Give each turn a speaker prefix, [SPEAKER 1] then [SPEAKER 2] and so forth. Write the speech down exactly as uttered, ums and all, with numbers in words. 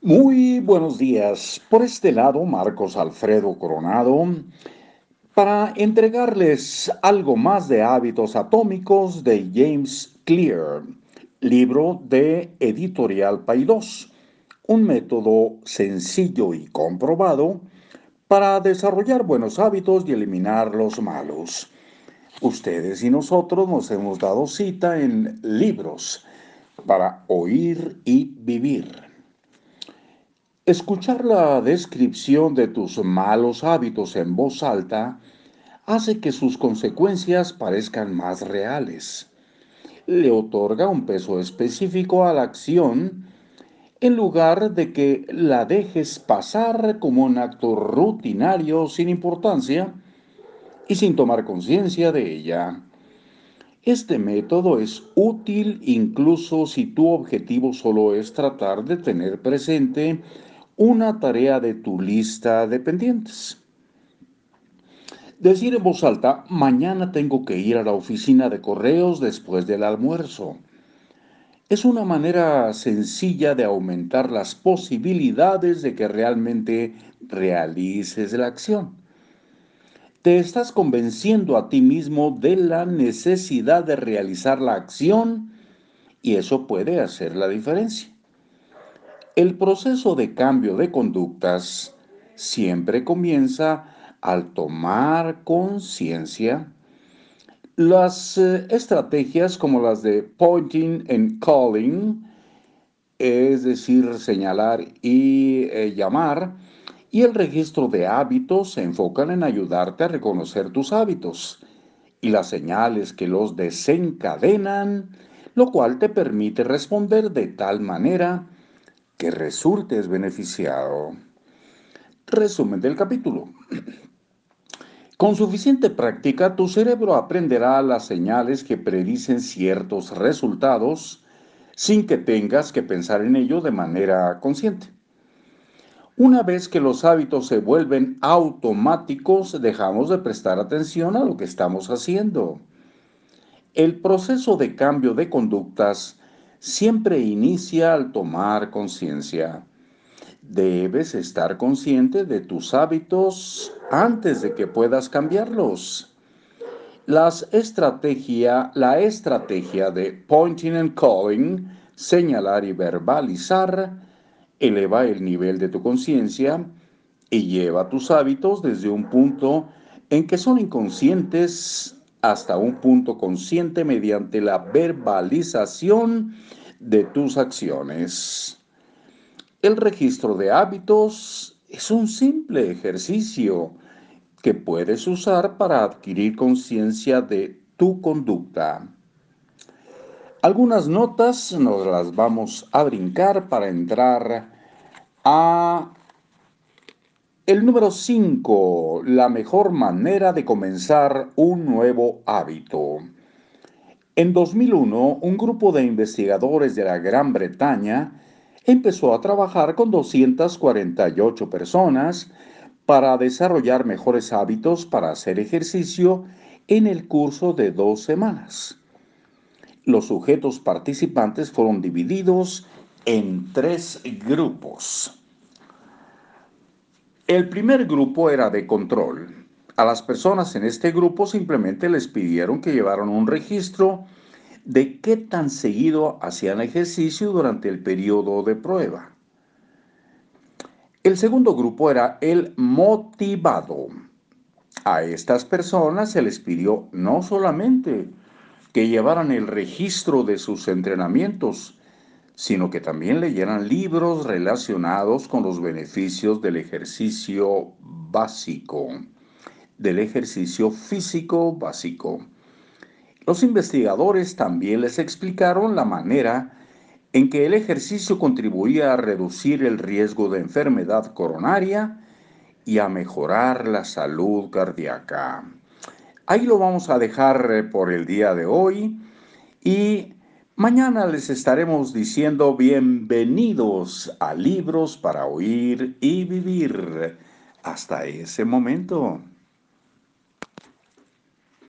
[SPEAKER 1] Muy buenos días. Por este lado, Marcos Alfredo Coronado, para entregarles algo más de hábitos atómicos de James Clear, libro de Editorial Paidós, un método sencillo y comprobado para desarrollar buenos hábitos y eliminar los malos. Ustedes y nosotros nos hemos dado cita en libros para oír y vivir. Escuchar la descripción de tus malos hábitos en voz alta hace que sus consecuencias parezcan más reales. Le otorga un peso específico a la acción en lugar de que la dejes pasar como un acto rutinario sin importancia y sin tomar conciencia de ella. Este método es útil incluso si tu objetivo solo es tratar de tener presente una tarea de tu lista de pendientes. Decir en voz alta, mañana tengo que ir a la oficina de correos después del almuerzo. Es una manera sencilla de aumentar las posibilidades de que realmente realices la acción. Te estás convenciendo a ti mismo de la necesidad de realizar la acción y eso puede hacer la diferencia. El proceso de cambio de conductas siempre comienza al tomar conciencia. Las eh, estrategias como las de pointing and calling, es decir, señalar y eh, llamar, y el registro de hábitos se enfocan en ayudarte a reconocer tus hábitos y las señales que los desencadenan, lo cual te permite responder de tal manera que resultes beneficiado. Resumen del capítulo. Con suficiente práctica, tu cerebro aprenderá las señales que predicen ciertos resultados sin que tengas que pensar en ello de manera consciente. Una vez que los hábitos se vuelven automáticos, dejamos de prestar atención a lo que estamos haciendo. El proceso de cambio de conductas siempre inicia al tomar conciencia. Debes estar consciente de tus hábitos antes de que puedas cambiarlos. Las estrategia, la estrategia de pointing and calling, señalar y verbalizar, eleva el nivel de tu conciencia y lleva tus hábitos desde un punto en que son inconscientes hasta un punto consciente mediante la verbalización de tus acciones. El registro de hábitos es un simple ejercicio que puedes usar para adquirir conciencia de tu conducta. Algunas notas nos las vamos a brincar para entrar a el número cinco, la mejor manera de comenzar un nuevo hábito. En dos mil uno, un grupo de investigadores de la Gran Bretaña empezó a trabajar con doscientas cuarenta y ocho personas para desarrollar mejores hábitos para hacer ejercicio en el curso de dos semanas. Los sujetos participantes fueron divididos en tres grupos. El primer grupo era de control. A las personas en este grupo simplemente les pidieron que llevaran un registro de qué tan seguido hacían ejercicio durante el periodo de prueba. El segundo grupo era el motivado. A estas personas se les pidió no solamente que llevaran el registro de sus entrenamientos, sino que también leyeran libros relacionados con los beneficios del ejercicio básico, del ejercicio físico básico. Los investigadores también les explicaron la manera en que el ejercicio contribuía a reducir el riesgo de enfermedad coronaria y a mejorar la salud cardíaca. Ahí lo vamos a dejar eh, por el día de hoy y mañana les estaremos diciendo bienvenidos a Libros para Oír y Vivir. Hasta ese momento.